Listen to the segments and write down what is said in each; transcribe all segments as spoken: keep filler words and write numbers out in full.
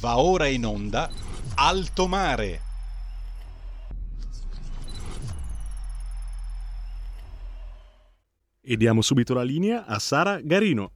Va ora in onda Alto Mare. E diamo subito la linea a Sara Garino.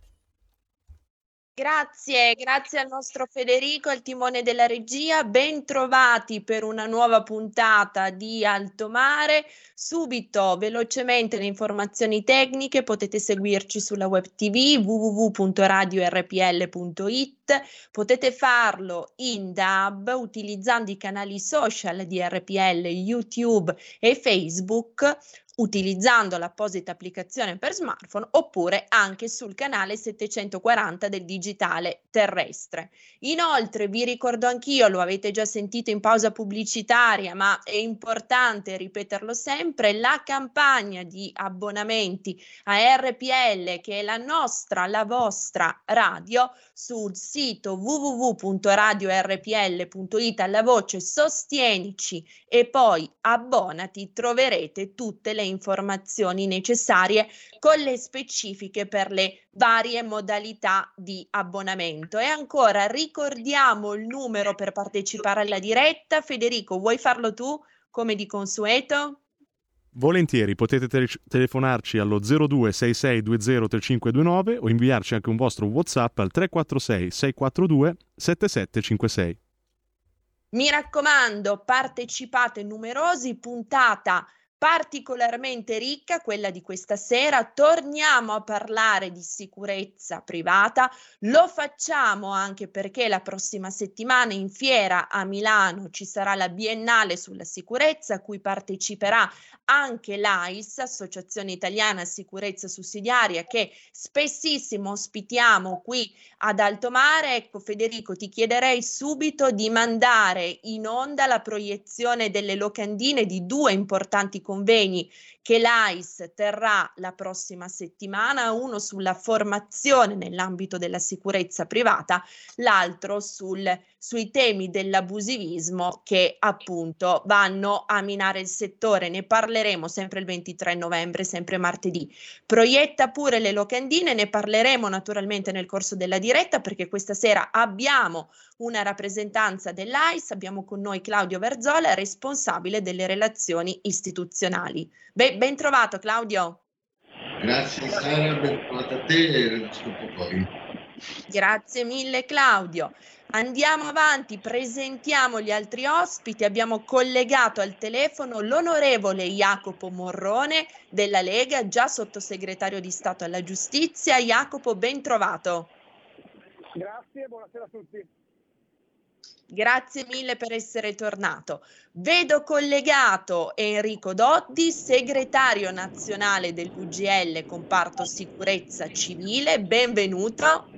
Grazie, grazie al nostro Federico, al timone della regia. Ben trovati per una nuova puntata di Alto Mare. Subito, velocemente, le informazioni tecniche. Potete seguirci sulla web tv w w w punto radio r p l punto i t. Potete farlo in D A B utilizzando i canali social di R P L, YouTube e Facebook, utilizzando l'apposita applicazione per smartphone, oppure anche sul canale settecentoquaranta del digitale terrestre. Inoltre vi ricordo anch'io, lo avete già sentito in pausa pubblicitaria, ma è importante ripeterlo sempre, la campagna di abbonamenti a R P L, che è la nostra, la vostra radio, sul sito w w w punto radio r p l punto i t alla voce Sostienici e poi abbonati, troverete tutte le informazioni necessarie con le specifiche per le varie modalità di abbonamento. E ancora ricordiamo il numero per partecipare alla diretta. Federico, vuoi farlo tu come di consueto? Volentieri, potete te- telefonarci allo zero due sei sei due zero tre cinque due nove o inviarci anche un vostro WhatsApp al tre quattro sei sei quattro due sette sette cinque sei. Mi raccomando, partecipate numerosi, puntata particolarmente ricca, quella di questa sera. Torniamo a parlare di sicurezza privata, lo facciamo anche perché la prossima settimana in fiera a Milano ci sarà la Biennale sulla sicurezza, a cui parteciperà anche l'A I S, Associazione Italiana Sicurezza Sussidiaria, che spessissimo ospitiamo qui ad Alto Mare. Ecco Federico, ti chiederei subito di mandare in onda la proiezione delle locandine di due importanti convegni che l'A I S terrà la prossima settimana, uno sulla formazione nell'ambito della sicurezza privata, l'altro sul, sui temi dell'abusivismo che appunto vanno a minare il settore. Ne parleremo sempre il ventitré novembre, sempre martedì. Proietta pure le locandine, ne parleremo naturalmente nel corso della diretta, perché questa sera abbiamo una rappresentanza dell'A I S, abbiamo con noi Claudio Verzola, responsabile delle relazioni istituzionali. Beh, ben trovato Claudio. Grazie Sara, ben trovato a te e rispondo poi. Grazie mille Claudio. Andiamo avanti, presentiamo gli altri ospiti. Abbiamo collegato al telefono l'onorevole Jacopo Morrone della Lega, già sottosegretario di Stato alla Giustizia. Jacopo, ben trovato. Grazie, buonasera a tutti. Grazie mille per essere tornato. Vedo collegato Enrico Dotti, segretario nazionale del U G L, comparto sicurezza civile. Benvenuto.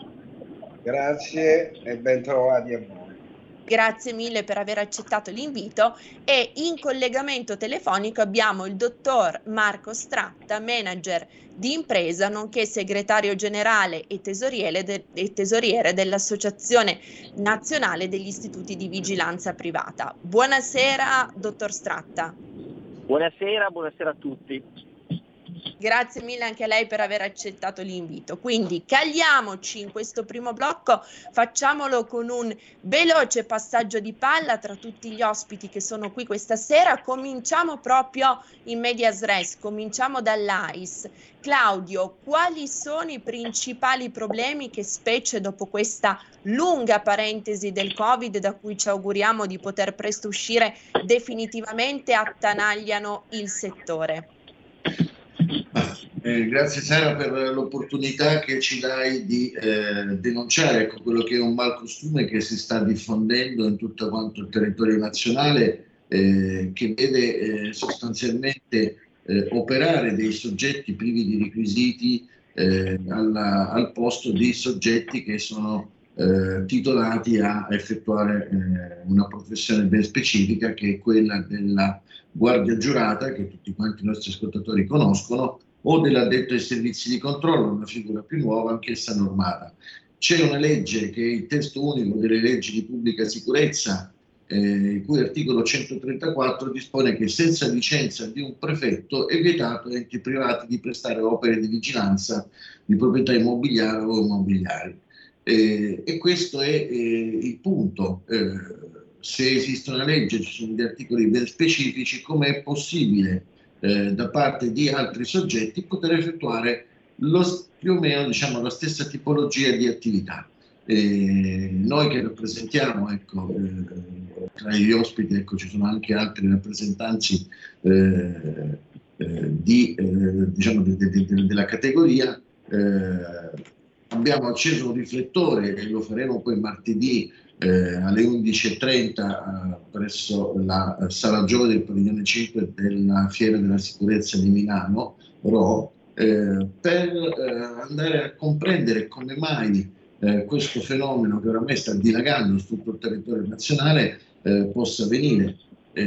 Grazie e ben trovati a voi. Grazie mille per aver accettato l'invito. E in collegamento telefonico abbiamo il dottor Marco Stratta, manager di impresa, nonché segretario generale e tesoriere, de- e tesoriere dell'Associazione Nazionale degli Istituti di Vigilanza Privata. Buonasera, dottor Stratta. Buonasera, buonasera a tutti. Grazie mille anche a lei per aver accettato l'invito. Quindi caliamoci in questo primo blocco, facciamolo con un veloce passaggio di palla tra tutti gli ospiti che sono qui questa sera. Cominciamo proprio in medias res, cominciamo dall'A I S. Claudio, quali sono i principali problemi che, specie dopo questa lunga parentesi del Covid, da cui ci auguriamo di poter presto uscire definitivamente, attanagliano il settore? Eh, grazie Sara per l'opportunità che ci dai di eh, denunciare ecco, quello che è un malcostume che si sta diffondendo in tutto quanto il territorio nazionale, eh, che vede eh, sostanzialmente eh, operare dei soggetti privi di requisiti eh, alla, al posto di soggetti che sono eh, titolati a effettuare eh, una professione ben specifica, che è quella della guardia giurata, che tutti quanti i nostri ascoltatori conoscono, o dell'addetto ai servizi di controllo, una figura più nuova, anch'essa normata. C'è una legge che è il testo unico delle leggi di pubblica sicurezza, eh, il cui articolo centotrentaquattro dispone che senza licenza di un prefetto è vietato a enti privati di prestare opere di vigilanza di proprietà immobiliare o immobiliari. Eh, e questo è eh, il punto. Eh, se esiste una legge, ci sono degli articoli ben specifici, com'è possibile eh, da parte di altri soggetti poter effettuare lo, più o meno diciamo, la stessa tipologia di attività. Eh, noi che rappresentiamo, ecco, eh, tra gli ospiti ecco, ci sono anche altri rappresentanti eh, eh, di, eh, diciamo, de, de, de, della categoria, eh, abbiamo acceso un riflettore e lo faremo poi martedì eh, alle undici e trenta eh, presso la Sala Giove del Padiglione cinque della Fiera della Sicurezza di Milano, R O, eh, per eh, andare a comprendere come mai eh, questo fenomeno che oramai sta dilagando su tutto il territorio nazionale eh, possa avvenire.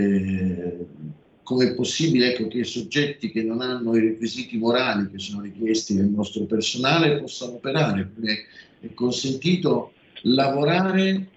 Eh, come è possibile ecco, che i soggetti che non hanno i requisiti morali che sono richiesti nel nostro personale possano operare, perché è consentito lavorare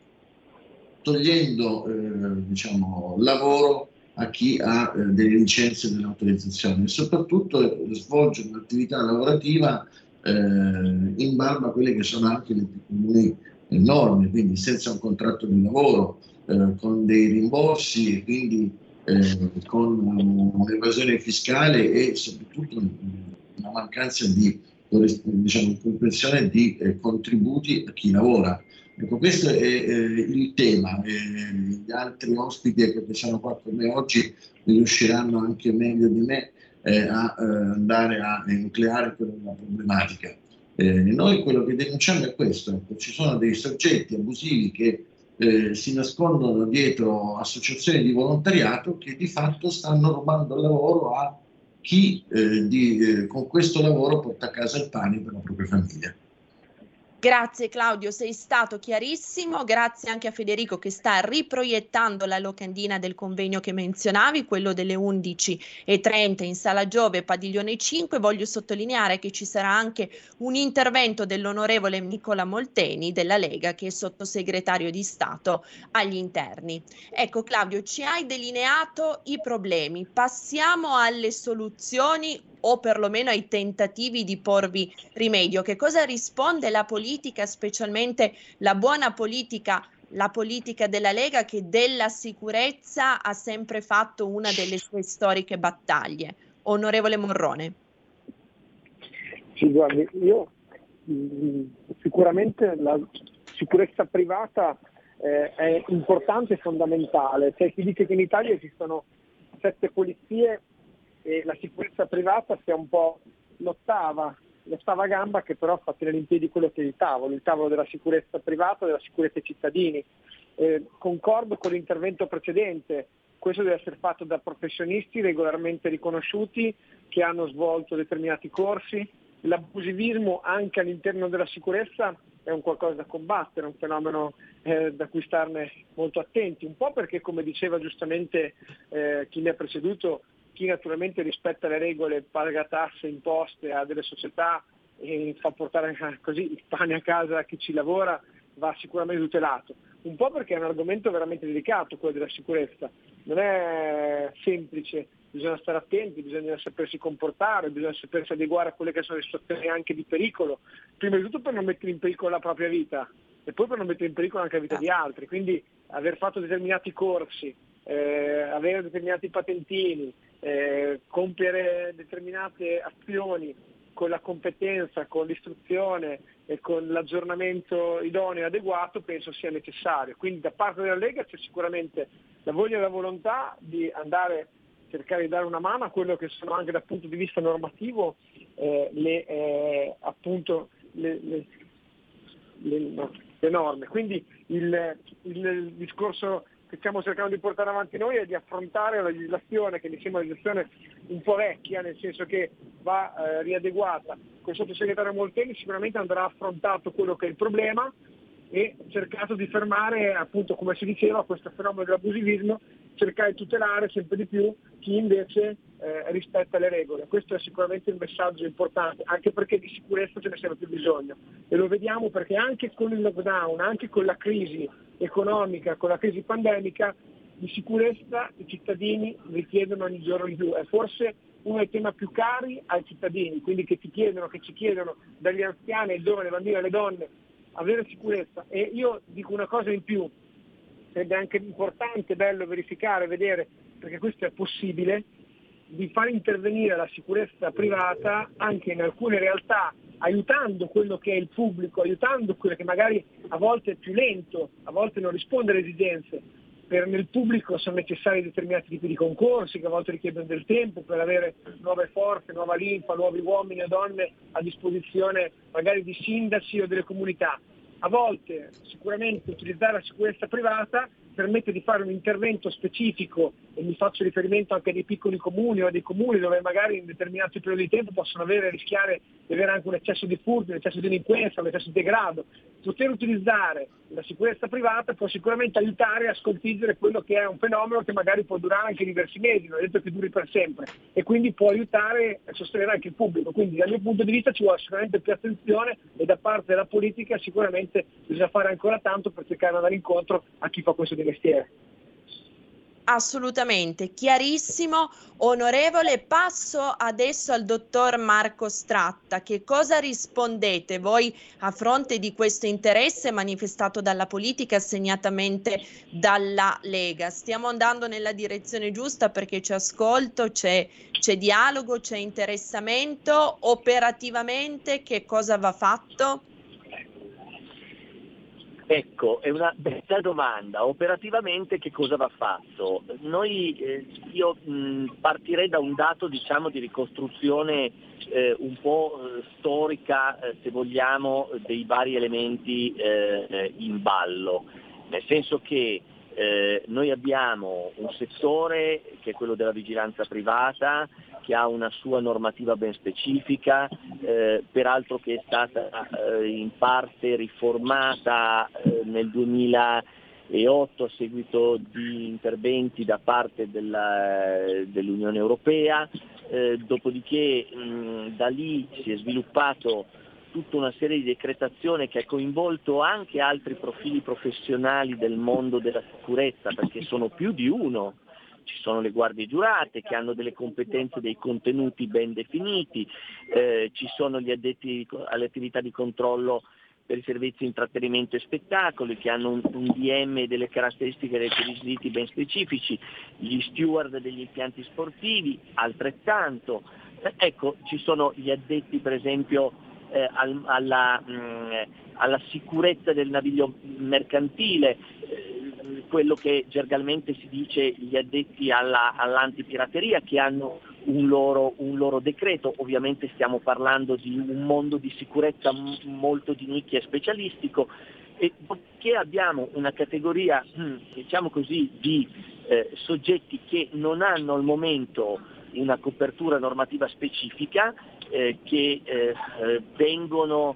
togliendo eh, diciamo, lavoro a chi ha eh, delle licenze e delle autorizzazioni e soprattutto eh, svolge un'attività lavorativa eh, in barba a quelle che sono anche le più comuni norme, quindi senza un contratto di lavoro, eh, con dei rimborsi e quindi eh, con un'evasione fiscale e soprattutto una mancanza di diciamo, comprensione di eh, contributi a chi lavora. Ecco, questo è eh, il tema. Eh, gli altri ospiti ecco, che sono qua con me oggi riusciranno anche meglio di me eh, a eh, andare a nucleare quella problematica. Eh, noi quello che denunciamo è questo, ecco, ci sono dei soggetti abusivi che eh, si nascondono dietro associazioni di volontariato che di fatto stanno rubando il lavoro a chi eh, di, eh, con questo lavoro porta a casa il pane per la propria famiglia. Grazie Claudio, sei stato chiarissimo, grazie anche a Federico che sta riproiettando la locandina del convegno che menzionavi, quello delle undici e trenta in Sala Giove, Padiglione cinque. Voglio sottolineare che ci sarà anche un intervento dell'onorevole Nicola Molteni della Lega, che è sottosegretario di Stato agli interni. Ecco Claudio, ci hai delineato i problemi, passiamo alle soluzioni o perlomeno ai tentativi di porvi rimedio. Che cosa risponde la politica, specialmente la buona politica, la politica della Lega, che della sicurezza ha sempre fatto una delle sue storiche battaglie? Onorevole Morrone. Sì, guardi, io mh, sicuramente la sicurezza privata eh, è importante e fondamentale. C'è chi dice che in Italia esistono sette polizie e la sicurezza privata sia un po' l'ottava, l'ottava gamba che però fa tenere in piedi quello che è il tavolo, il tavolo della sicurezza privata e della sicurezza dei cittadini. Eh, concordo con l'intervento precedente, questo deve essere fatto da professionisti regolarmente riconosciuti che hanno svolto determinati corsi. L'abusivismo anche all'interno della sicurezza è un qualcosa da combattere, un fenomeno eh, da cui starne molto attenti, un po' perché come diceva giustamente eh, chi mi ha preceduto, chi naturalmente rispetta le regole, paga tasse, imposte a delle società e fa portare così il pane a casa a chi ci lavora, va sicuramente tutelato. Un po' perché è un argomento veramente delicato quello della sicurezza, non è semplice, bisogna stare attenti, bisogna sapersi comportare, bisogna sapersi adeguare a quelle che sono le situazioni anche di pericolo, prima di tutto per non mettere in pericolo la propria vita e poi per non mettere in pericolo anche la vita di altri, quindi aver fatto determinati corsi, eh, avere determinati patentini, eh, compiere determinate azioni con la competenza, con l'istruzione e con l'aggiornamento idoneo e adeguato penso sia necessario. Quindi da parte della Lega c'è sicuramente la voglia e la volontà di andare a cercare di dare una mano a quello che sono anche dal punto di vista normativo eh, le, eh, appunto, le, le, le, no, le norme. Quindi il, il discorso che stiamo cercando di portare avanti noi è di affrontare la legislazione che mi sembra una legislazione un po' vecchia, nel senso che va eh, riadeguata. Con il sottosegretario Molteni sicuramente andrà affrontato quello che è il problema e cercato di fermare, appunto come si diceva, questo fenomeno dell'abusivismo, cercare di tutelare sempre di più chi invece eh, rispetta le regole. Questo è sicuramente un messaggio importante, anche perché di sicurezza ce ne serve più bisogno e lo vediamo perché anche con il lockdown, anche con la crisi economica, con la crisi pandemica, di sicurezza i cittadini richiedono ogni giorno di più. È forse uno dei temi più cari ai cittadini, quindi che ti chiedono, che ci chiedono dagli anziani ai giovani, ai bambini, alle donne, avere sicurezza. E io dico una cosa in più, sarebbe anche importante, bello verificare, vedere, perché questo è possibile, di far intervenire la sicurezza privata anche in alcune realtà, aiutando quello che è il pubblico, aiutando quello che magari a volte è più lento, a volte non risponde alle esigenze. Per nel pubblico sono necessari determinati tipi di concorsi che a volte richiedono del tempo per avere nuove forze, nuova linfa, nuovi uomini e donne a disposizione magari di sindaci o delle comunità. A volte sicuramente utilizzare la sicurezza privata permette di fare un intervento specifico, e mi faccio riferimento anche a dei piccoli comuni o a dei comuni dove magari in determinati periodi di tempo possono avere, rischiare di avere anche un eccesso di furti, un eccesso di delinquenza, un eccesso di degrado. Poter utilizzare la sicurezza privata può sicuramente aiutare a sconfiggere quello che è un fenomeno che magari può durare anche diversi mesi, non è detto che duri per sempre, e quindi può aiutare a sostenere anche il pubblico. Quindi dal mio punto di vista ci vuole sicuramente più attenzione, e da parte della politica sicuramente bisogna fare ancora tanto per cercare di andare incontro a chi fa questo di mestiere. Assolutamente, chiarissimo, onorevole. Passo adesso al dottor Marco Stratta. Che cosa rispondete voi a fronte di questo interesse manifestato dalla politica, segnatamente dalla Lega? Stiamo andando nella direzione giusta perché c'è ascolto, c'è, c'è dialogo, c'è interessamento. Operativamente che cosa va fatto? Ecco, è una bella domanda. Operativamente che cosa va fatto? Noi, eh, io mh, partirei da un dato, diciamo, di ricostruzione eh, un po' eh, storica, eh, se vogliamo, dei vari elementi eh, in ballo, nel senso che eh, noi abbiamo un settore che è quello della vigilanza privata, che ha una sua normativa ben specifica, eh, peraltro che è stata eh, in parte riformata eh, nel duemilaotto a seguito di interventi da parte della, dell'Unione Europea, eh, dopodiché mh, da lì si è sviluppato tutta una serie di decretazione che ha coinvolto anche altri profili professionali del mondo della sicurezza, perché sono più di uno. Ci sono le guardie giurate che hanno delle competenze, dei contenuti ben definiti, eh, ci sono gli addetti alle attività di controllo per i servizi di intrattenimento e spettacoli che hanno un, un D M e delle caratteristiche dei requisiti ben specifici, gli steward degli impianti sportivi altrettanto, eh, ecco, ci sono gli addetti per esempio eh, al, alla, mh, alla sicurezza del naviglio mercantile, eh, quello che gergalmente si dice gli addetti alla, all'antipirateria, che hanno un loro, un loro decreto. Ovviamente stiamo parlando di un mondo di sicurezza m- molto di nicchia e specialistico, e che abbiamo una categoria, diciamo così, di eh, soggetti che non hanno al momento una copertura normativa specifica, eh, che eh, vengono,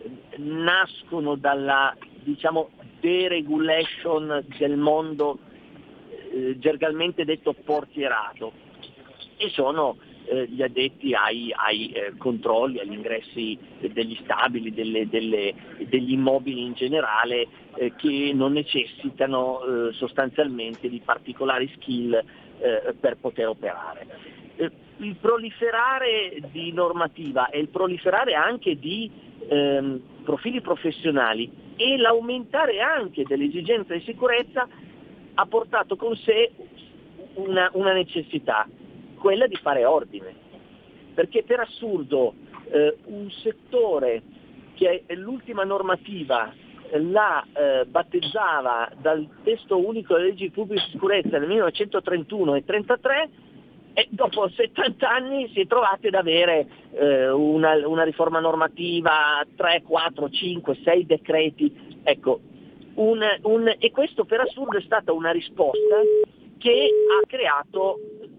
nascono dalla, diciamo, deregulation del mondo eh, gergalmente detto portierato, e sono eh, gli addetti ai, ai eh, controlli, agli ingressi degli stabili, delle, delle, degli immobili in generale, eh, che non necessitano eh, sostanzialmente di particolari skill eh, per poter operare. Eh, il proliferare di normativa e il proliferare anche di ehm, profili professionali e l'aumentare anche delle esigenze di sicurezza ha portato con sé una, una necessità, quella di fare ordine, perché per assurdo eh, un settore che l'ultima normativa la eh, battezzava dal testo unico delle leggi di pubblica sicurezza nel millenovecentotrentuno e trentatré, e dopo settanta anni si è trovati ad avere eh, una, una riforma normativa, tre, quattro, cinque, sei decreti, ecco, un, un, e questo per assurdo è stata una risposta che ha creato,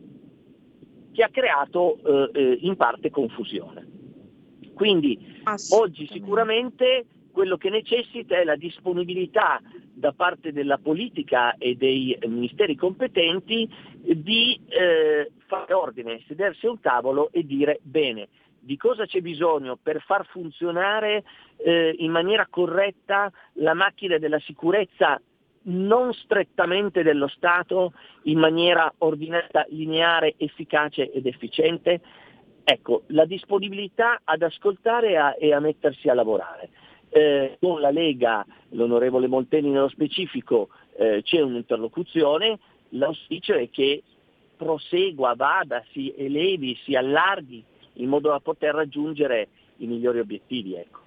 che ha creato eh, in parte confusione. Quindi oggi sicuramente quello che necessita è la disponibilità da parte della politica e dei ministeri competenti di eh, fare ordine, sedersi a un tavolo e dire bene, di cosa c'è bisogno per far funzionare eh, in maniera corretta la macchina della sicurezza, non strettamente dello Stato, in maniera ordinata, lineare, efficace ed efficiente. Ecco, la disponibilità ad ascoltare e a, e a mettersi a lavorare. Eh, con la Lega, l'onorevole Molteni nello specifico, eh, c'è un'interlocuzione, l'auspicio è che prosegua, vada, si elevi, si allarghi in modo da poter raggiungere i migliori obiettivi, ecco.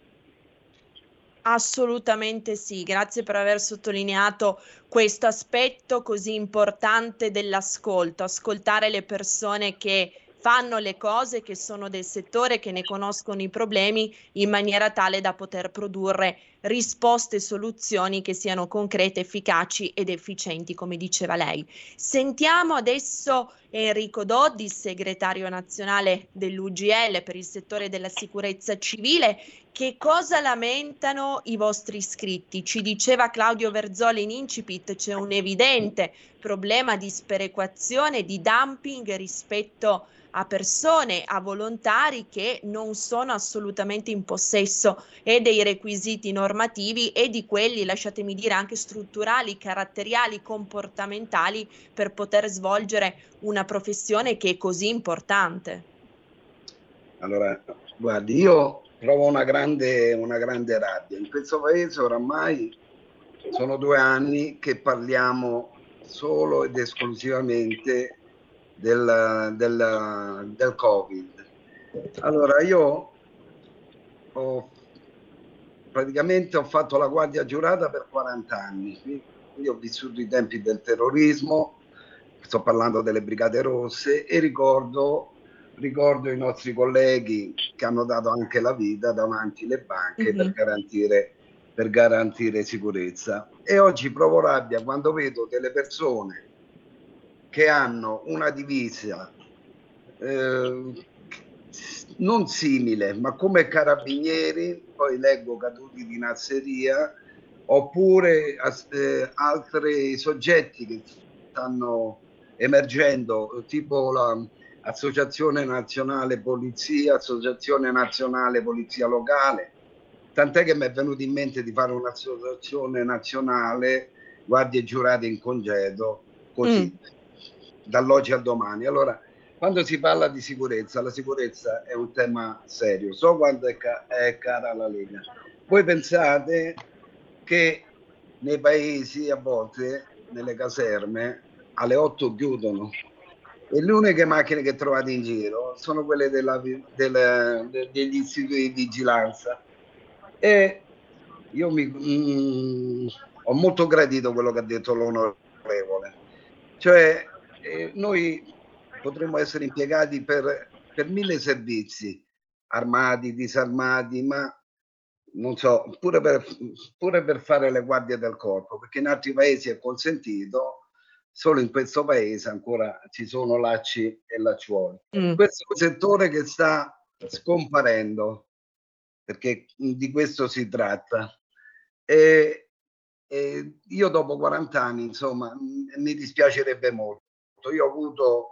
Assolutamente sì, grazie per aver sottolineato questo aspetto così importante dell'ascolto, ascoltare le persone che fanno le cose, che sono del settore, che ne conoscono i problemi, in maniera tale da poter produrre risposte e soluzioni che siano concrete, efficaci ed efficienti, come diceva lei. Sentiamo adesso Enrico Doddi, segretario nazionale dell'U G L per il settore della sicurezza civile. Che cosa lamentano i vostri iscritti? Ci diceva Claudio Verzoli in incipit, c'è un evidente problema di sperequazione, di dumping rispetto a persone, a volontari che non sono assolutamente in possesso e dei requisiti normativi e di quelli, lasciatemi dire, anche strutturali, caratteriali, comportamentali per poter svolgere una professione che è così importante. Allora, guardi, io provo una grande, una grande rabbia. In questo paese oramai sono due anni che parliamo solo ed esclusivamente del, del, del Covid. Allora, io ho, praticamente ho fatto la guardia giurata per quaranta anni, quindi ho vissuto i tempi del terrorismo, sto parlando delle Brigate Rosse, e ricordo, ricordo i nostri colleghi che hanno dato anche la vita davanti alle banche, mm-hmm. per garantire, per garantire sicurezza. E oggi provo rabbia quando vedo delle persone che hanno una divisa eh, non simile, ma come carabinieri, poi leggo caduti di Nasseria, oppure eh, altri soggetti che stanno emergendo, tipo l'Associazione Nazionale Polizia, Associazione Nazionale Polizia Locale, tant'è che mi è venuto in mente di fare un'associazione nazionale guardie giurate in congedo, così, mm. dall'oggi al domani. Allora, quando si parla di sicurezza, la sicurezza è un tema serio. So quanto è, ca- è cara la Lega. Voi pensate che nei paesi, a volte, nelle caserme, alle otto chiudono e le uniche macchine che trovate in giro sono quelle della, della, degli istituti di vigilanza. E io mi, mm, ho molto gradito quello che ha detto l'onorevole. Cioè, eh, noi potremmo essere impiegati per, per mille servizi, armati, disarmati, ma non so, pure per, pure per fare le guardie del corpo, perché in altri paesi è consentito, solo in questo paese ancora ci sono lacci e lacciuoli. Mm. Questo è un settore che sta scomparendo, perché di questo si tratta. E, e io dopo quaranta anni, insomma, mi dispiacerebbe molto. Io ho avuto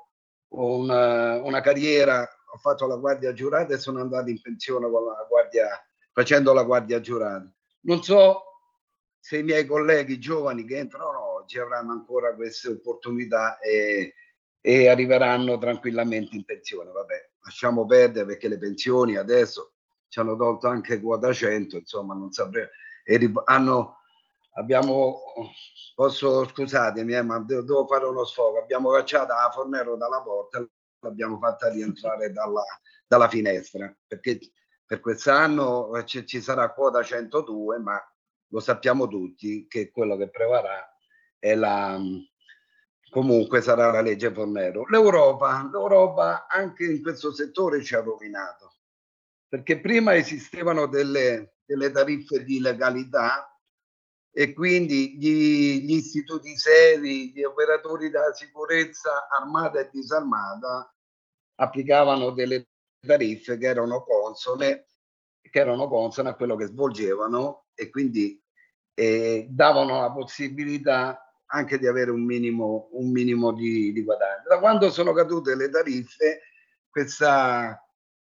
una, una carriera, ho fatto la guardia giurata e sono andato in pensione con la guardia, facendo la guardia giurata. Non so se i miei colleghi giovani che entrano oggi avranno ancora queste opportunità e, e arriveranno tranquillamente in pensione. Vabbè, lasciamo perdere, perché le pensioni adesso ci hanno tolto anche quota cento, insomma, non saprei. E hanno, abbiamo, posso, scusatemi, eh, ma devo, devo fare uno sfogo. Abbiamo cacciato la Fornero dalla porta, l'abbiamo fatta rientrare dalla, dalla finestra, perché per quest'anno ci, ci sarà quota centodue, ma lo sappiamo tutti che quello che prevarrà è la, comunque sarà la legge Fornero. L'Europa, l'Europa anche in questo settore ci ha rovinato, perché prima esistevano delle, delle tariffe di legalità e quindi gli, gli istituti seri, gli operatori della sicurezza armata e disarmata applicavano delle tariffe che erano consone, che erano consone a quello che svolgevano, e quindi eh, davano la possibilità anche di avere un minimo, un minimo di, di guadagno. Da quando sono cadute le tariffe, questa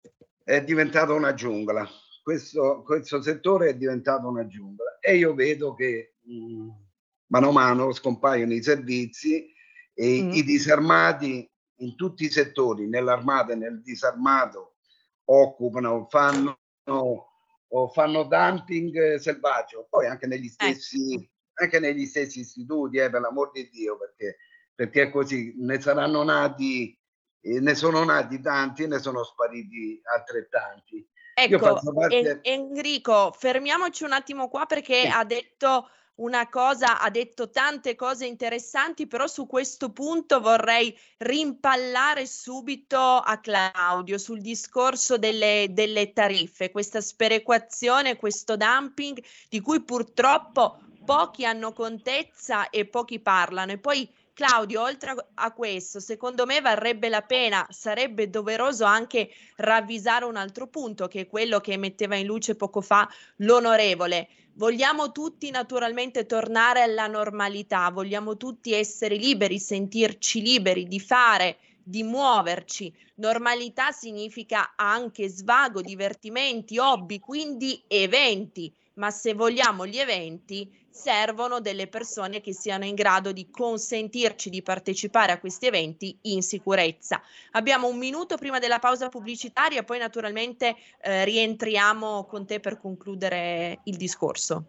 è diventata una giungla. Questo, questo settore è diventato una giungla e io vedo che mh, mano a mano scompaiono i servizi e mm. i disarmati in tutti i settori, nell'armata e nel disarmato, occupano, fanno o fanno dumping selvaggio, poi anche negli stessi, ecco. anche negli stessi istituti, eh, per l'amor di Dio, perché, perché è così, ne saranno nati, eh, ne sono nati tanti e ne sono spariti altrettanti. Ecco, parte... Enrico, fermiamoci un attimo qua perché sì. ha detto una cosa, ha detto tante cose interessanti, però su questo punto vorrei rimpallare subito a Claudio sul discorso delle, delle tariffe, questa sperequazione, questo dumping di cui purtroppo pochi hanno contezza e pochi parlano. E poi Claudio, oltre a questo, secondo me varrebbe la pena, sarebbe doveroso anche ravvisare un altro punto, che è quello che metteva in luce poco fa l'onorevole. Vogliamo tutti naturalmente tornare alla normalità, vogliamo tutti essere liberi, sentirci liberi di fare, di muoverci. Normalità significa anche svago, divertimenti, hobby, quindi eventi. Ma se vogliamo gli eventi, servono delle persone che siano in grado di consentirci di partecipare a questi eventi in sicurezza. Abbiamo un minuto prima della pausa pubblicitaria, poi naturalmente eh, rientriamo con te per concludere il discorso.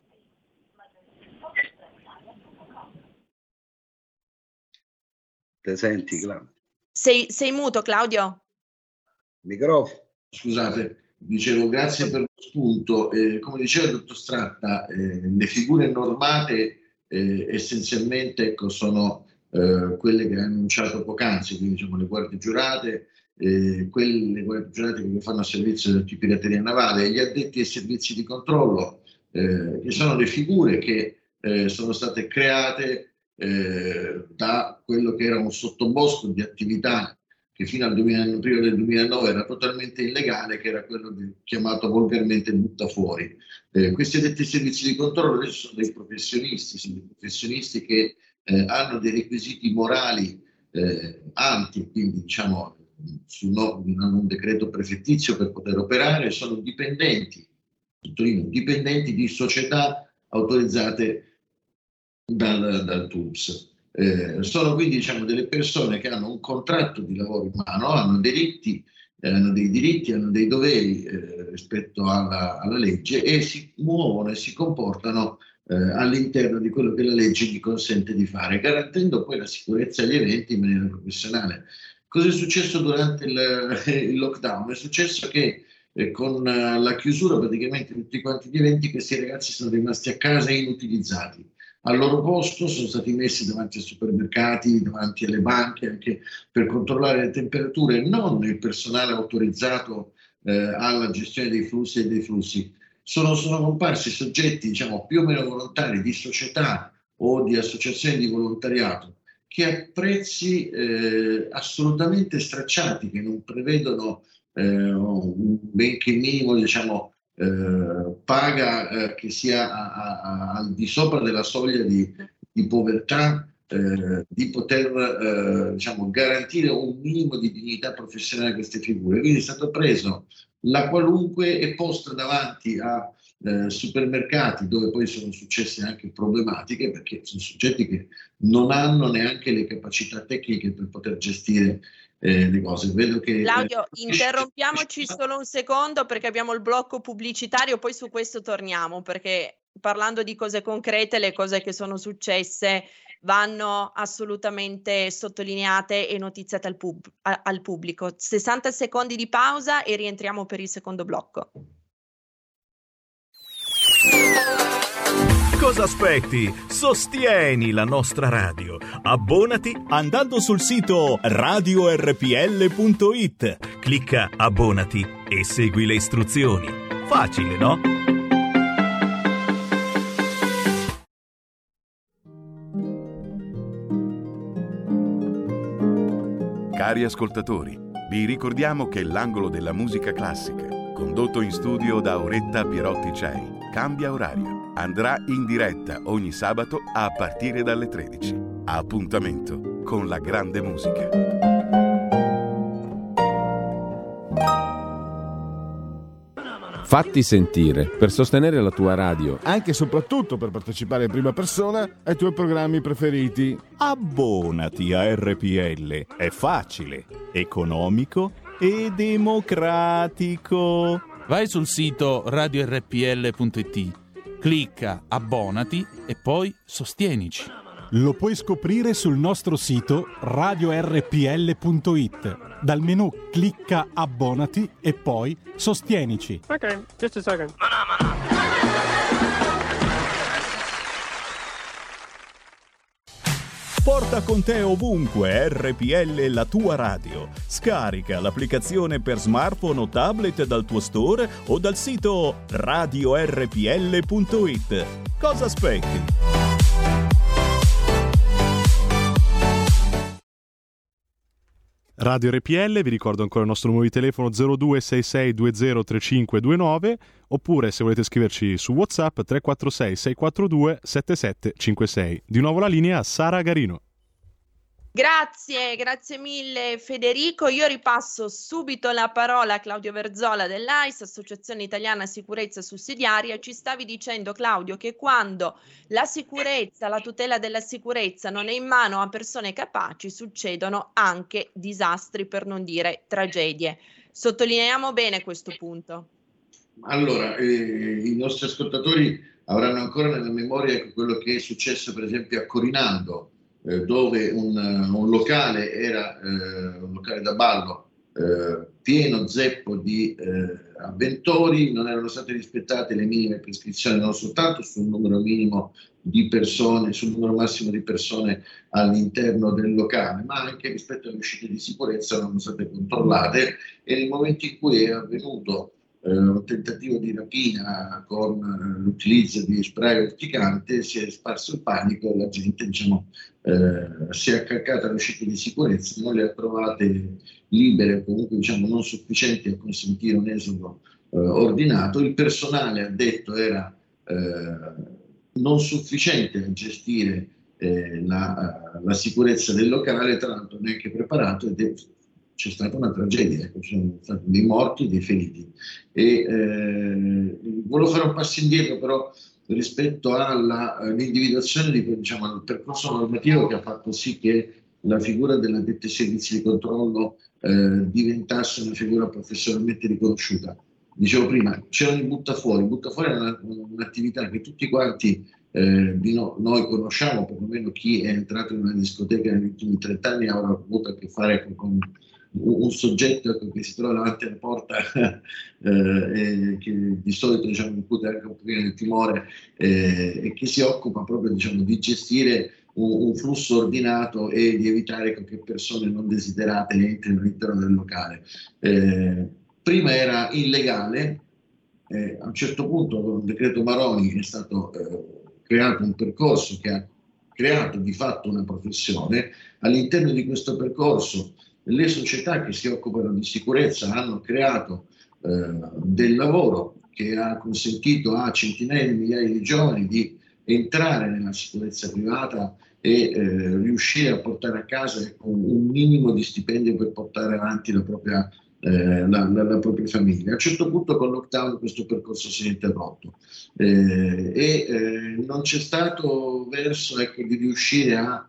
Te senti, Claudio? Sei, sei muto, Claudio? Microfono. Scusate. Dicevo, grazie per lo spunto. Eh, come diceva il dottor Stratta, eh, le figure normate eh, essenzialmente ecco, sono eh, quelle che ha annunciato poc'anzi, quindi diciamo, le guardie giurate, eh, quelle guardie giurate che fanno servizio di pirateria navale, e gli addetti ai servizi di controllo, eh, che sono le figure che eh, sono state create eh, da quello che era un sottobosco di attività che fino al duemila, prima del duemilanove era totalmente illegale, che era quello di, chiamato volgarmente buttafuori. Eh, questi addetti ai servizi di controllo adesso sono dei professionisti, sono dei professionisti che eh, hanno dei requisiti morali eh, alti, quindi diciamo su no, un decreto prefettizio per poter operare, sono dipendenti, sottolineo, dipendenti di società autorizzate dal, dal T U P S. Eh, sono quindi diciamo delle persone che hanno un contratto di lavoro in mano, hanno diritti, eh, hanno dei diritti, hanno dei doveri eh, rispetto alla, alla legge e si muovono e si comportano eh, all'interno di quello che la legge gli consente di fare, garantendo poi la sicurezza agli eventi in maniera professionale. Cosa è successo durante il, il lockdown? È successo che eh, con la chiusura praticamente di tutti quanti gli eventi questi ragazzi sono rimasti a casa inutilizzati. Al loro posto sono stati messi davanti ai supermercati, davanti alle banche, anche per controllare le temperature, non il personale autorizzato eh, alla gestione dei flussi e dei flussi. Sono, sono comparsi soggetti, diciamo, più o meno volontari di società o di associazioni di volontariato che a prezzi eh, assolutamente stracciati, che non prevedono eh, un benché minimo, diciamo, Eh, paga eh, che sia a, a, al di sopra della soglia di, di povertà, eh, di poter eh, diciamo, garantire un minimo di dignità professionale a queste figure. Quindi è stato preso la qualunque e posto davanti a eh, supermercati dove poi sono successe anche problematiche, perché sono soggetti che non hanno neanche le capacità tecniche per poter gestire Eh, le cose. Vedo che, Claudio, eh, interrompiamoci solo un secondo perché abbiamo il blocco pubblicitario, poi su questo torniamo, perché parlando di cose concrete, le cose che sono successe vanno assolutamente sottolineate e notiziate al, pub- a- al pubblico. sessanta secondi di pausa e rientriamo per il secondo blocco. Cosa aspetti? Sostieni la nostra radio. Abbonati andando sul sito radio erre pi elle punto it. Clicca abbonati e segui le istruzioni. Facile, no? Cari ascoltatori, vi ricordiamo che l'angolo della musica classica, condotto in studio da Auretta Pierotti Cei, cambia orario. Andrà in diretta ogni sabato a partire dalle tredici. Appuntamento con la grande musica. Fatti sentire per sostenere la tua radio, anche e soprattutto per partecipare in prima persona ai tuoi programmi preferiti. Abbonati a erre pi elle. È facile, economico e democratico. Vai sul sito radio erre pi elle punto it, clicca abbonati e poi sostienici. Lo puoi scoprire sul nostro sito radio erre pi elle punto it. Dal menu clicca abbonati e poi sostienici. Ok, just a second. Porta con te ovunque erre pi elle, la tua radio. Scarica l'applicazione per smartphone o tablet dal tuo store o dal sito radio erre pi elle punto it. Cosa aspetti? Radio R P L, vi ricordo ancora il nostro numero di telefono zero due sei sei due zero tre cinque due nove, oppure se volete scriverci su WhatsApp tre quattro sei sei quattro due sette sette cinque sei. Di nuovo la linea a Sara Garino. Grazie, grazie mille Federico. Io ripasso subito la parola a Claudio Verzola dell'A I S, Associazione Italiana Sicurezza Sussidiaria. Ci stavi dicendo, Claudio, che quando la sicurezza, la tutela della sicurezza non è in mano a persone capaci, succedono anche disastri, per non dire tragedie. Sottolineiamo bene questo punto. Allora, eh, i nostri ascoltatori avranno ancora nella memoria quello che è successo per esempio a Corinaldo, dove un, un locale era eh, un locale da ballo eh, pieno zeppo di eh, avventori, non erano state rispettate le minime prescrizioni non soltanto sul numero minimo di persone, sul numero massimo di persone all'interno del locale, ma anche rispetto alle uscite di sicurezza non erano state controllate, e nel momento in cui è avvenuto Uh, un tentativo di rapina con uh, l'utilizzo di spray urticante, si è sparso il panico e la gente, diciamo, uh, si è accalcata alle uscite di sicurezza, non le ha trovate libere o comunque, diciamo, non sufficienti a consentire un esodo uh, ordinato. Il personale addetto era uh, non sufficiente a gestire uh, la, uh, la sicurezza del locale, tra l'altro neanche preparato, ed è c'è stata una tragedia, ecco, ci sono stati dei morti, dei feriti. E, eh, volevo fare un passo indietro però rispetto all'individuazione di, diciamo, al percorso normativo che ha fatto sì che la figura dell'addetto ai servizi di controllo eh, diventasse una figura professionalmente riconosciuta. Dicevo prima, c'erano i buttafuori, buttafuori è una, un'attività che tutti quanti eh, di no, noi conosciamo, perlomeno chi è entrato in una discoteca negli ultimi trent'anni avrà avuto a che fare con, con un soggetto che si trova davanti alla porta eh, e che di solito, diciamo, incute anche un pochino di timore eh, e che si occupa proprio, diciamo, di gestire un, un flusso ordinato e di evitare che persone non desiderate entrino all'interno del locale. Eh, prima era illegale, eh, a un certo punto con il decreto Maroni è stato eh, creato un percorso che ha creato di fatto una professione. All'interno di questo percorso le società che si occupano di sicurezza hanno creato eh, del lavoro che ha consentito a centinaia di migliaia di giovani di entrare nella sicurezza privata e eh, riuscire a portare a casa, ecco, un minimo di stipendio per portare avanti la propria, eh, la, la, la propria famiglia. A un certo punto con il lockdown questo percorso si è interrotto eh, e eh, non c'è stato verso, ecco, di riuscire a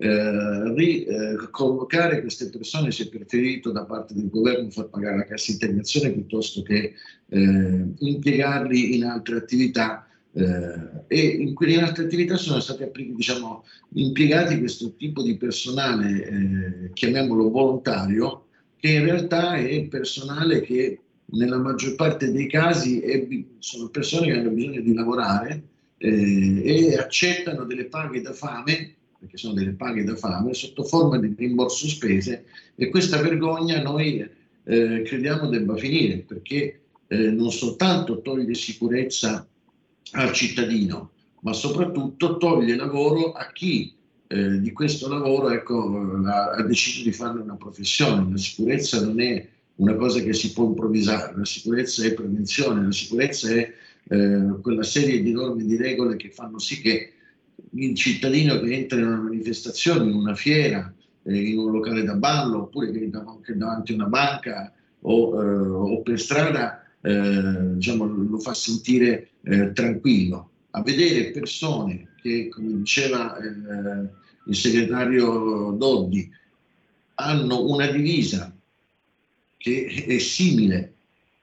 Eh, ricollocare eh, queste persone. Si è preferito da parte del governo far pagare la cassa integrazione piuttosto che eh, impiegarli in altre attività eh, e in, in altre attività sono stati diciamo, impiegati questo tipo di personale, eh, chiamiamolo volontario, che in realtà è personale che nella maggior parte dei casi è, sono persone che hanno bisogno di lavorare eh, e accettano delle paghe da fame, perché sono delle paghe da fame, sotto forma di rimborso spese, e questa vergogna noi eh, crediamo debba finire, perché eh, non soltanto toglie sicurezza al cittadino, ma soprattutto toglie lavoro a chi eh, di questo lavoro, ecco, ha, ha deciso di farne una professione. La sicurezza non è una cosa che si può improvvisare, la sicurezza è prevenzione, la sicurezza è eh, quella serie di norme e di regole che fanno sì che il cittadino che entra in una manifestazione, in una fiera, eh, in un locale da ballo, oppure che anche davanti a una banca o, eh, o per strada, eh, diciamo, lo fa sentire eh, tranquillo. A vedere persone che, come diceva eh, il segretario Doddi, hanno una divisa che è simile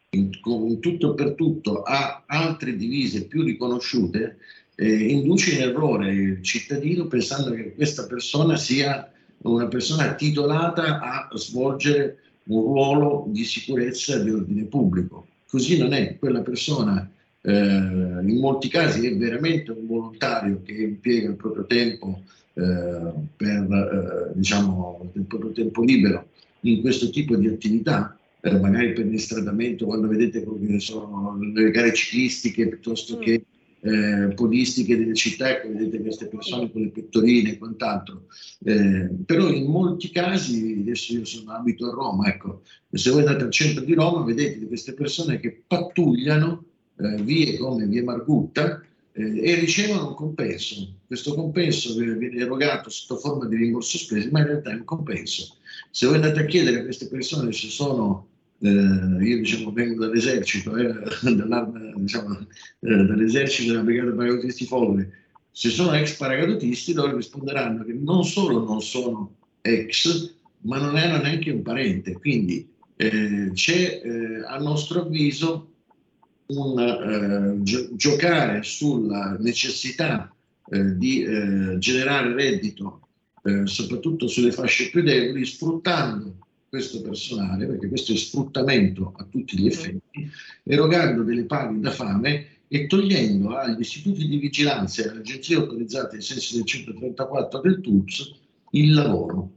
in, in tutto per tutto a altre divise più riconosciute, eh, induce in errore il cittadino pensando che questa persona sia una persona titolata a svolgere un ruolo di sicurezza e di ordine pubblico. Così non è. Quella persona eh, in molti casi è veramente un volontario che impiega il proprio tempo eh, per eh, diciamo il proprio tempo libero in questo tipo di attività, eh, magari per l'istradamento, quando vedete che sono le gare ciclistiche piuttosto mm. che eh, podistiche delle città, ecco, vedete queste persone con le pettorine e quant'altro. Eh, però in molti casi, adesso io sono abito a Roma, ecco, se voi andate al centro di Roma vedete queste persone che pattugliano eh, vie come via Margutta eh, e ricevono un compenso. Questo compenso viene erogato sotto forma di rimborso spese, ma in realtà è un compenso. Se voi andate a chiedere a queste persone se sono, eh, io diciamo vengo dall'esercito, eh, dall'arma, diciamo, eh, dall'esercito della brigata paracadutisti Folgore, se sono ex paracadutisti, loro risponderanno che non solo non sono ex, ma non hanno neanche un parente. Quindi eh, c'è, eh, a nostro avviso, un eh, gio- giocare sulla necessità eh, di eh, generare reddito, eh, soprattutto sulle fasce più deboli, sfruttando questo personale, perché questo è sfruttamento a tutti gli effetti, erogando delle paghe da fame e togliendo agli istituti di vigilanza e alle agenzie autorizzate ai sensi del centotrentaquattro del T U P S il lavoro.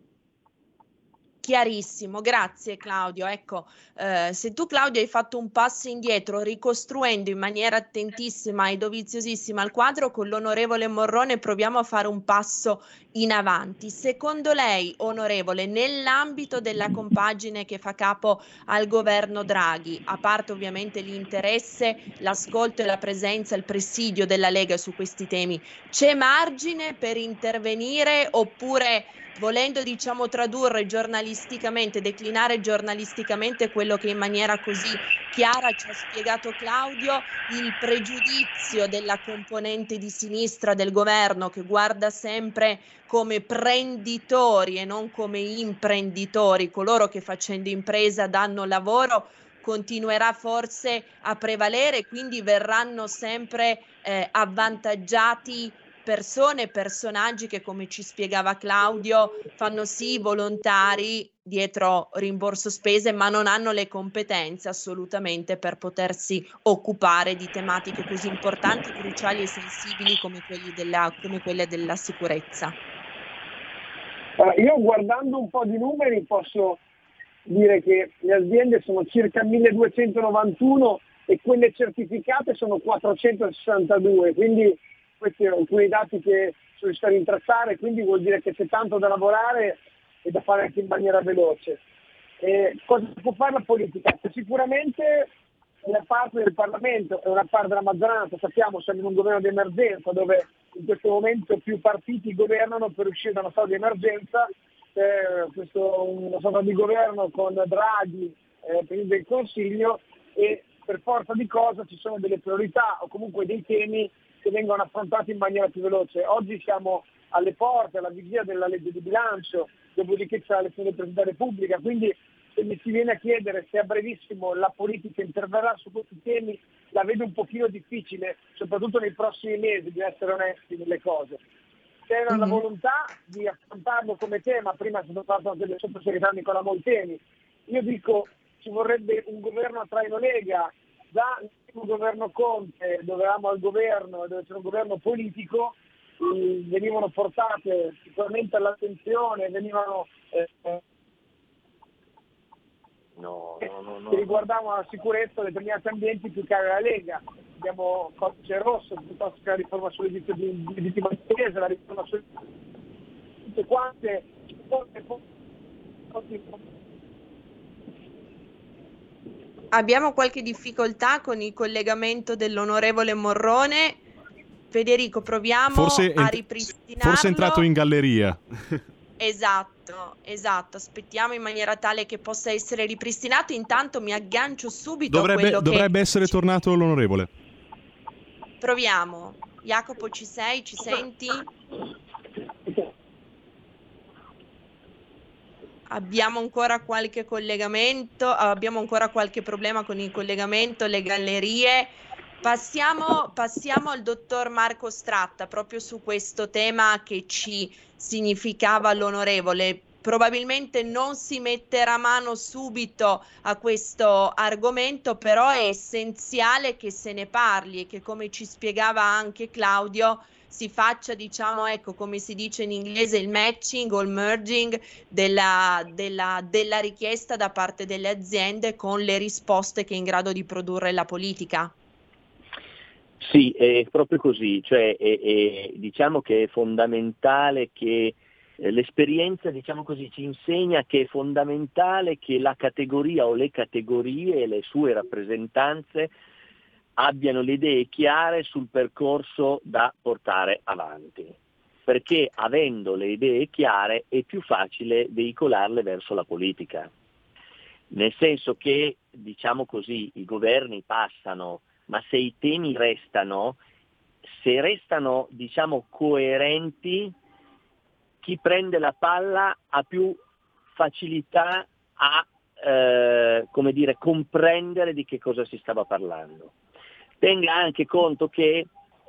Chiarissimo, grazie Claudio. Ecco, eh, se tu Claudio hai fatto un passo indietro ricostruendo in maniera attentissima e doviziosissima il quadro, con l'onorevole Morrone proviamo a fare un passo in avanti. Secondo lei, onorevole, nell'ambito della compagine che fa capo al governo Draghi, a parte ovviamente l'interesse, l'ascolto e la presenza, il presidio della Lega su questi temi, c'è margine per intervenire oppure, volendo diciamo tradurre giornalisticamente, declinare giornalisticamente quello che in maniera così chiara ci ha spiegato Claudio, il pregiudizio della componente di sinistra del governo che guarda sempre come prenditori e non come imprenditori, coloro che facendo impresa danno lavoro, continuerà forse a prevalere, quindi verranno sempre eh, avvantaggiati persone, personaggi che, come ci spiegava Claudio, fanno sì volontari dietro rimborso spese, ma non hanno le competenze assolutamente per potersi occupare di tematiche così importanti, cruciali e sensibili come, quelli della, come quelle della sicurezza. Allora, io guardando un po' di numeri posso dire che le aziende sono circa milleduecentonovantuno e quelle certificate sono quattrocentosessantadue, quindi questi sono alcuni dati che sono riusciti a rintracciare, quindi vuol dire che c'è tanto da lavorare e da fare anche in maniera veloce. E cosa può fare la politica? Sicuramente una parte del Parlamento e una parte della maggioranza, sappiamo, siamo in un governo di emergenza dove in questo momento più partiti governano per uscire da una stato di emergenza, eh, questo una sorta di governo con Draghi, eh, Presidente del Consiglio, e per forza di cosa ci sono delle priorità o comunque dei temi che vengono affrontati in maniera più veloce. Oggi siamo alle porte, alla vigilia della legge di bilancio, dopodiché c'è l'elezione del Presidente della Repubblica, quindi se mi si viene a chiedere se a brevissimo la politica interverrà su questi temi, la vedo un pochino difficile, soprattutto nei prossimi mesi, di essere onesti nelle cose. C'è una mm-hmm. volontà di affrontarlo come tema, prima è stato fatto anche del sottosegretario Nicola Molteni. Io dico, ci vorrebbe un governo a traino Lega. Già nel primo governo Conte, dove eravamo al governo, dove c'era un governo politico, eh, venivano portate sicuramente all'attenzione, venivano eh, no, no, no, no, che riguardavano la sicurezza di determinati ambienti più cari alla Lega. Abbiamo Codice Rosso, piuttosto che la riforma sull'editto di legittima difesa, la riforma su tutte quante. Abbiamo qualche difficoltà con il collegamento dell'onorevole Morrone. Federico, proviamo forse a ent- ripristinarlo. Forse è entrato in galleria. Esatto, esatto. Aspettiamo in maniera tale che possa essere ripristinato. Intanto mi aggancio subito dovrebbe, a quello dovrebbe che... essere tornato l'onorevole. Proviamo. Jacopo, ci sei? Ci senti? abbiamo ancora qualche collegamento, abbiamo ancora qualche problema con il collegamento, le gallerie. Passiamo, passiamo al dottor Marco Stratta proprio su questo tema che ci significava l'onorevole. Probabilmente non si metterà mano subito a questo argomento, però è essenziale che se ne parli e che, come ci spiegava anche Claudio, si faccia, diciamo, ecco, come si dice in inglese, il matching o il merging della, della, della richiesta da parte delle aziende con le risposte che è in grado di produrre la politica. Sì, è proprio così, cioè è, è, diciamo che è fondamentale che eh, l'esperienza, diciamo così, ci insegna che è fondamentale che la categoria o le categorie e le sue rappresentanze abbiano le idee chiare sul percorso da portare avanti, perché avendo le idee chiare è più facile veicolarle verso la politica, nel senso che, diciamo così, i governi passano, ma se i temi restano, se restano, diciamo, coerenti, chi prende la palla ha più facilità a eh, come dire, comprendere di che cosa si stava parlando. Tenga anche conto che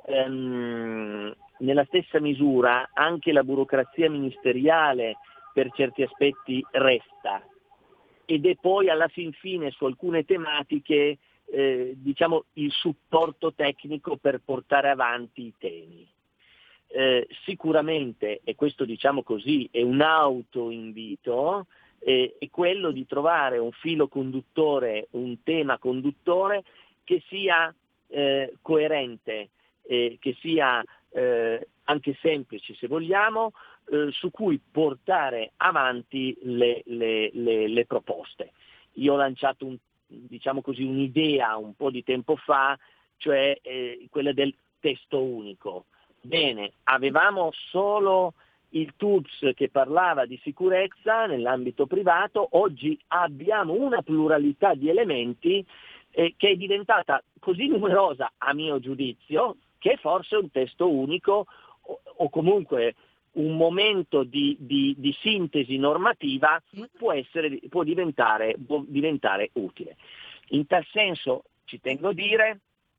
ehm, nella stessa misura anche la burocrazia ministeriale per certi aspetti resta, ed è poi alla fin fine su alcune tematiche eh, diciamo il supporto tecnico per portare avanti i temi. Eh, sicuramente, e questo diciamo così è un autoinvito, eh, è quello di trovare un filo conduttore, un tema conduttore che sia eh, coerente, eh, che sia eh, anche semplice se vogliamo, eh, su cui portare avanti le, le, le, le proposte. Io ho lanciato un, diciamo così, un'idea un po' di tempo fa, cioè eh, quella del testo unico. Bene, avevamo solo il T U P S che parlava di sicurezza nell'ambito privato, oggi abbiamo una pluralità di elementi eh, che è diventata così numerosa, a mio giudizio, che forse un testo unico o, o comunque un momento di, di, di sintesi normativa può, essere, può, diventare, può diventare utile. In tal senso ci tengo a dire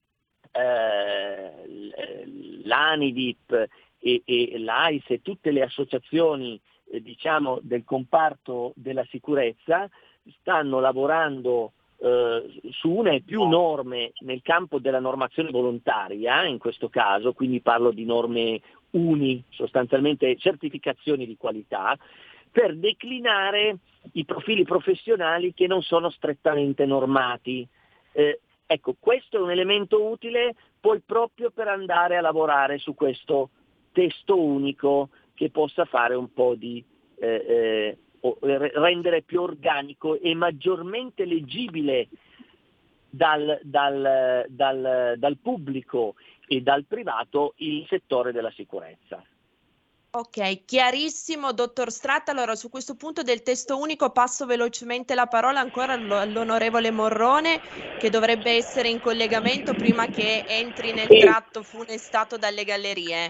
eh, l'ANIVIP e, e l'A I S e tutte le associazioni eh, diciamo del comparto della sicurezza stanno lavorando eh, su una e più norme nel campo della normazione volontaria, in questo caso, quindi parlo di norme uni, sostanzialmente certificazioni di qualità, per declinare i profili professionali che non sono strettamente normati. Eh, ecco, questo è un elemento utile poi proprio per andare a lavorare su questo testo unico che possa fare un po' di eh, eh, rendere più organico e maggiormente leggibile dal, dal, dal, dal pubblico e dal privato il settore della sicurezza. Ok, chiarissimo, dottor Stratta. Allora, su questo punto del testo unico passo velocemente la parola ancora all'onorevole Morrone, che dovrebbe essere in collegamento prima che entri nel sì. tratto funestato dalle gallerie.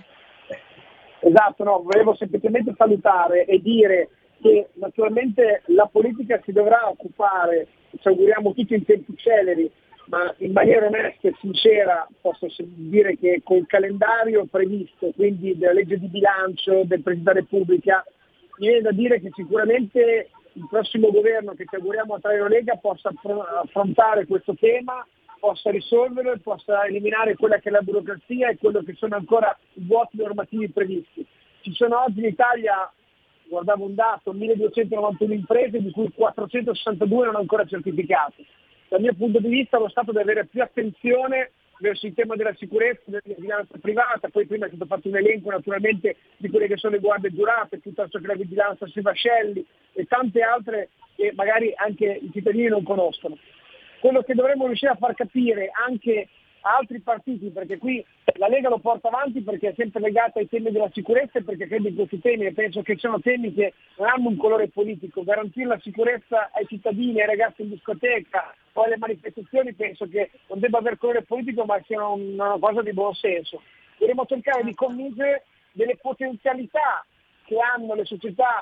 Esatto, no, volevo semplicemente salutare e dire che naturalmente la politica si dovrà occupare, ci auguriamo tutti in tempi celeri, ma in maniera onesta e sincera posso dire che col calendario previsto, quindi della legge di bilancio, del Presidente della Repubblica, mi viene da dire che sicuramente il prossimo governo che ci auguriamo a Traino Lega possa affrontare questo tema, possa risolverlo e possa eliminare quella che è la burocrazia e quello che sono ancora i vuoti normativi previsti. Ci sono oggi in Italia, guardavo un dato, milleduecentonovantuno imprese, di cui quattrocentosessantadue non ancora certificate. Dal mio punto di vista lo Stato deve avere più attenzione verso il tema della sicurezza, della vigilanza privata, poi prima è stato fatto un elenco naturalmente di quelle che sono le guardie giurate, piuttosto che la vigilanza sui vascelli e tante altre che magari anche i cittadini non conoscono. Quello che dovremmo riuscire a far capire anche a altri partiti, perché qui la Lega lo porta avanti perché è sempre legata ai temi della sicurezza e perché crede in questi temi e penso che sono temi che non hanno un colore politico. Garantire la sicurezza ai cittadini, ai ragazzi in discoteca o alle manifestazioni penso che non debba avere colore politico ma sia una cosa di buon senso. Dovremmo cercare di convincere delle potenzialità che hanno le società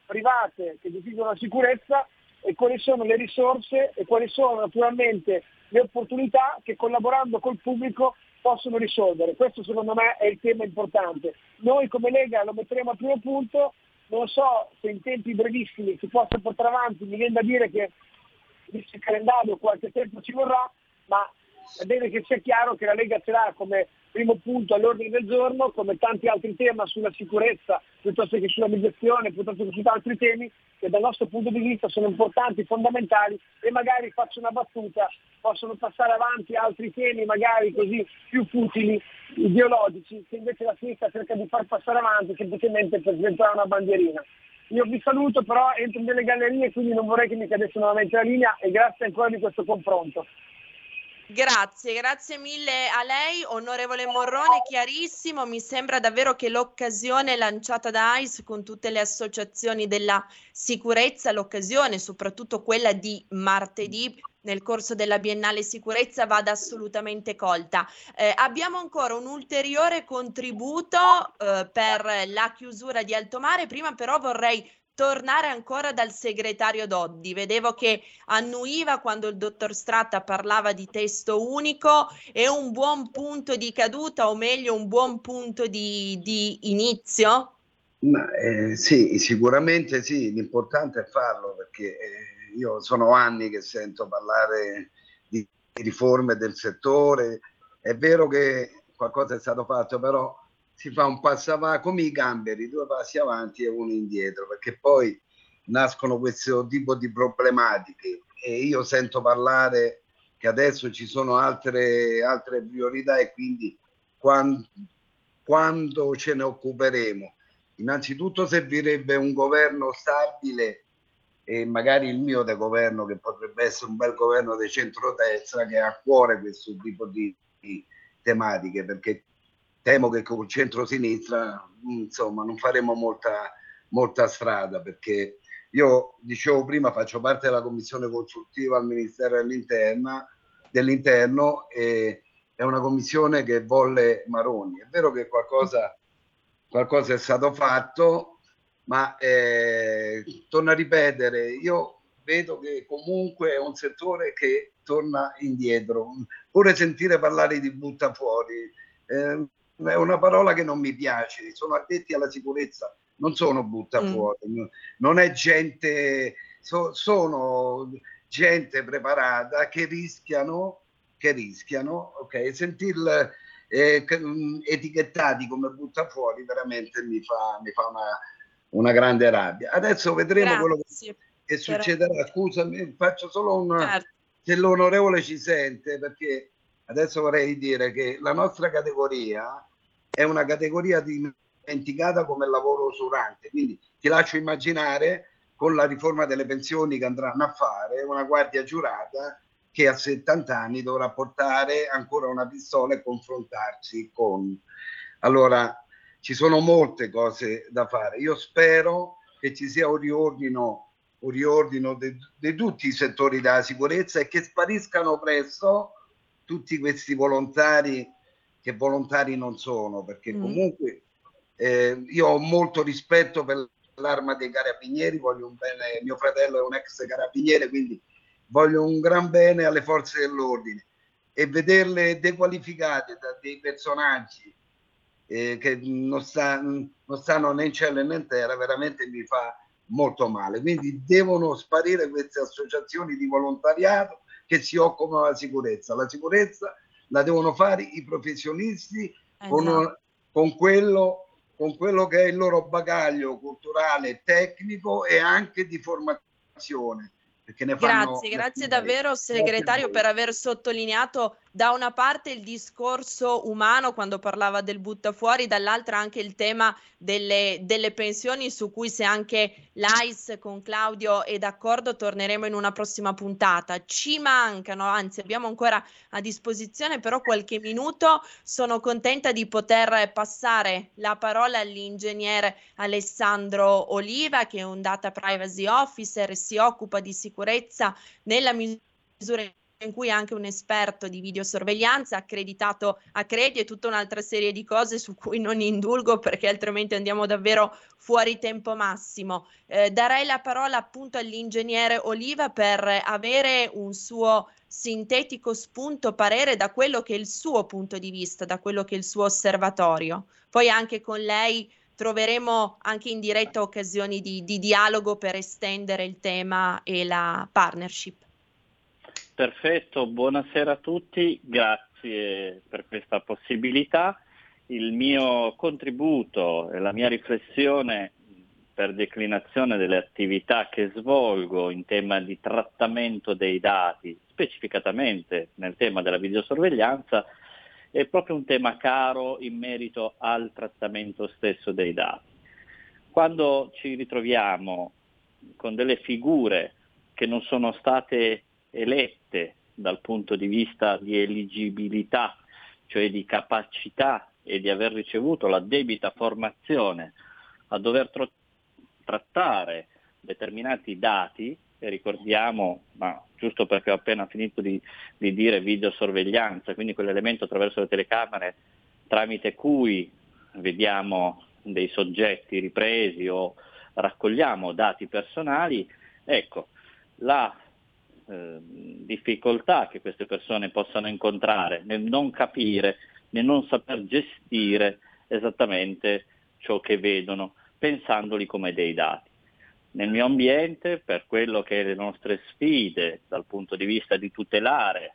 private che gestiscono la sicurezza e quali sono le risorse e quali sono naturalmente le opportunità che collaborando col pubblico possono risolvere. Questo secondo me è il tema importante. Noi come Lega lo metteremo al primo punto, non so se in tempi brevissimi si possa portare avanti, mi viene da dire che visto il calendario qualche tempo ci vorrà, ma è bene che sia chiaro che la Lega ce l'ha come primo punto all'ordine del giorno, come tanti altri temi sulla sicurezza, piuttosto che sulla migrazione, piuttosto che su altri temi che dal nostro punto di vista sono importanti, fondamentali, e magari faccio una battuta, possono passare avanti altri temi magari così più futili, ideologici, che invece la sinistra cerca di far passare avanti semplicemente per sventolare una bandierina. Io vi saluto, però entro nelle gallerie, quindi non vorrei che mi cadesse nuovamente la linea, e grazie ancora di questo confronto. Grazie, grazie mille a lei, onorevole Morrone, chiarissimo. Mi sembra davvero che l'occasione lanciata da A I S con tutte le associazioni della sicurezza, l'occasione soprattutto quella di martedì nel corso della Biennale Sicurezza, vada assolutamente colta. Eh, abbiamo ancora un ulteriore contributo eh, per la chiusura di Altomare, prima però vorrei tornare ancora dal segretario Doddi. Vedevo che annuiva quando il dottor Stratta parlava di testo unico. È un buon punto di caduta, o meglio un buon punto di, di inizio? Ma, eh, sì, sicuramente sì, l'importante è farlo, perché eh, io sono anni che sento parlare di, di riforme del settore. È vero che qualcosa è stato fatto, però si fa un passo avanti, come i gamberi, due passi avanti e uno indietro, perché poi nascono questo tipo di problematiche, e io sento parlare che adesso ci sono altre, altre priorità, e quindi quando, quando ce ne occuperemo? Innanzitutto servirebbe un governo stabile, e magari il mio de governo, che potrebbe essere un bel governo di centrodestra, che ha a cuore questo tipo di, di tematiche, perché temo che con il centro-sinistra insomma non faremo molta, molta strada, perché io dicevo prima faccio parte della commissione consultiva al Ministero dell'Interno, dell'Interno e è una commissione che volle Maroni. È vero che qualcosa, qualcosa è stato fatto, ma eh, torno a ripetere, io vedo che comunque è un settore che torna indietro. Pure sentire parlare di butta fuori eh, è una parola che non mi piace. Sono addetti alla sicurezza, non sono butta Mm. fuori, non è gente, so- sono gente preparata che rischiano, che rischiano, ok, sentirla eh, che- mh, etichettati come butta fuori veramente mi fa, mi fa una, una grande rabbia. Adesso vedremo quello che, Grazie. che succederà. Scusami, faccio solo un, Certo. se l'onorevole ci sente, perché adesso vorrei dire che la nostra categoria è una categoria dimenticata come lavoro usurante, quindi ti lascio immaginare con la riforma delle pensioni che andranno a fare una guardia giurata che a settanta anni dovrà portare ancora una pistola e confrontarsi con... Allora, ci sono molte cose da fare. Io spero che ci sia un riordino, un riordino di tutti i settori della sicurezza, e che spariscano presto tutti questi volontari che volontari non sono, perché Mm. comunque eh, io ho molto rispetto per l'Arma dei Carabinieri, voglio un bene, mio fratello è un ex carabiniere, quindi voglio un gran bene alle forze dell'ordine, e vederle dequalificate da dei personaggi eh, che non, sta, non stanno né in cielo né in terra veramente mi fa molto male. Quindi devono sparire queste associazioni di volontariato che si occupano della sicurezza. La sicurezza la devono fare i professionisti con, Esatto. con quello con quello che è il loro bagaglio culturale, tecnico e anche di formazione, perché ne fanno... Grazie, grazie davvero segretario Grazie a voi. per aver sottolineato da una parte il discorso umano quando parlava del buttafuori, dall'altra anche il tema delle, delle pensioni, su cui, se anche l'A I S con Claudio è d'accordo, torneremo in una prossima puntata. Ci mancano, anzi abbiamo ancora a disposizione però qualche minuto. Sono contenta di poter passare la parola all'ingegnere Alessandro Oliva, che è un data privacy officer e si occupa di sicurezza nella misura in cui anche un esperto di videosorveglianza accreditato a Credi e tutta un'altra serie di cose su cui non indulgo perché altrimenti andiamo davvero fuori tempo massimo. Eh, darei la parola appunto all'ingegnere Oliva per avere un suo sintetico spunto, parere da quello che è il suo punto di vista, da quello che è il suo osservatorio. Poi anche con lei troveremo anche in diretta occasioni di, di dialogo per estendere il tema e la partnership. Perfetto, buonasera a tutti, grazie per questa possibilità. Il mio contributo e la mia riflessione per declinazione delle attività che svolgo in tema di trattamento dei dati, specificatamente nel tema della videosorveglianza, è proprio un tema caro in merito al trattamento stesso dei dati. Quando ci ritroviamo con delle figure che non sono state elette dal punto di vista di eligibilità, cioè di capacità e di aver ricevuto la debita formazione a dover tro- trattare determinati dati, e ricordiamo, ma giusto perché ho appena finito di, di dire videosorveglianza, quindi quell'elemento attraverso le telecamere tramite cui vediamo dei soggetti ripresi o raccogliamo dati personali, ecco, la Eh, difficoltà che queste persone possano incontrare nel non capire, nel non saper gestire esattamente ciò che vedono, pensandoli come dei dati. Nel mio ambiente, per quello che è le nostre sfide dal punto di vista di tutelare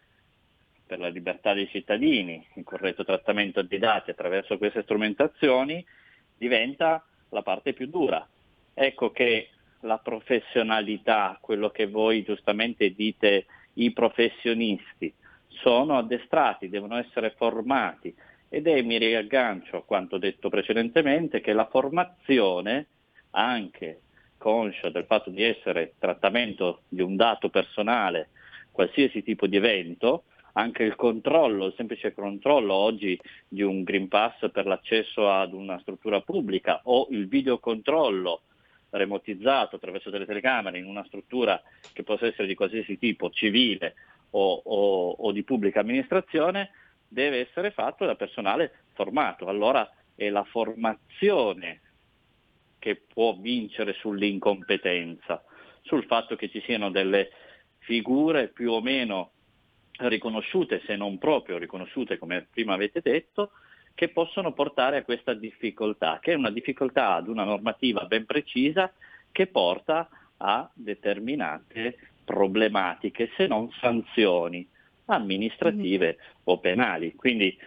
per la libertà dei cittadini il corretto trattamento dei dati attraverso queste strumentazioni, diventa la parte più dura. Ecco che la professionalità, quello che voi giustamente dite i professionisti, sono addestrati, devono essere formati, ed è, mi riaggancio a quanto detto precedentemente, che la formazione, anche conscia del fatto di essere trattamento di un dato personale, qualsiasi tipo di evento, anche il controllo, il semplice controllo oggi di un Green Pass per l'accesso ad una struttura pubblica o il videocontrollo remotizzato attraverso delle telecamere in una struttura che possa essere di qualsiasi tipo, civile o, o, o di pubblica amministrazione, deve essere fatto da personale formato. Allora è la formazione che può vincere sull'incompetenza, sul fatto che ci siano delle figure più o meno riconosciute, se non proprio riconosciute come prima avete detto, che possono portare a questa difficoltà, che è una difficoltà ad una normativa ben precisa che porta a determinate problematiche, se non sanzioni amministrative mm. o penali. Quindi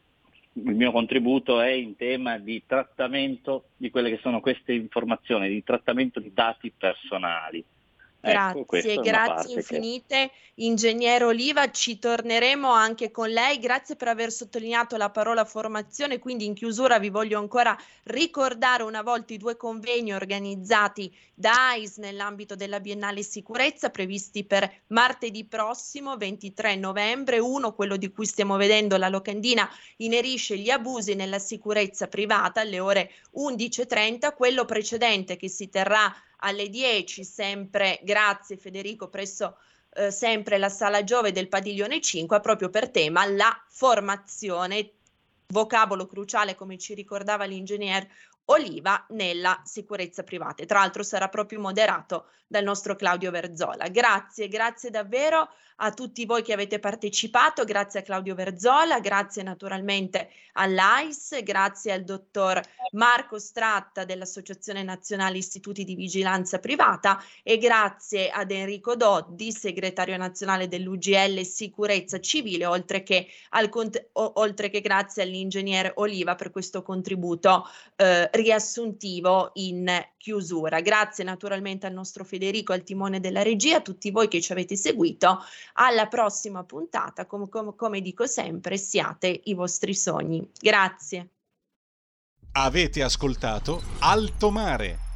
il mio contributo è in tema di trattamento di quelle che sono queste informazioni, di trattamento di dati personali. Grazie, ecco, grazie infinite. Che... Ingegnere Oliva, ci torneremo anche con lei. Grazie per aver sottolineato la parola formazione. Quindi in chiusura vi voglio ancora ricordare una volta i due convegni organizzati da A I S nell'ambito della Biennale Sicurezza, previsti per martedì prossimo, ventitré novembre. Uno, quello di cui stiamo vedendo la locandina, inerisce gli abusi nella sicurezza privata alle ore undici e trenta. Quello precedente, che si terrà alle dieci, sempre grazie Federico, presso eh, sempre la Sala Giove del Padiglione cinque, ha proprio per tema la formazione, vocabolo cruciale come ci ricordava l'ingegner Oliva, nella sicurezza privata. Tra l'altro sarà proprio moderato dal nostro Claudio Verzola. Grazie, grazie davvero a tutti voi che avete partecipato, grazie a Claudio Verzola, grazie naturalmente all'A I S, grazie al dottor Marco Stratta dell'Associazione Nazionale Istituti di Vigilanza Privata e grazie ad Enrico Doddi, segretario nazionale dell'U G L Sicurezza Civile, oltre che, al cont- o- oltre che grazie all'ingegnere Oliva per questo contributo eh, riassuntivo in chiusura. Grazie naturalmente al nostro Federico al timone della regia, a tutti voi che ci avete seguito. Alla prossima puntata, com- com- come dico sempre, siate i vostri sogni. Grazie. Avete ascoltato Alto Mare.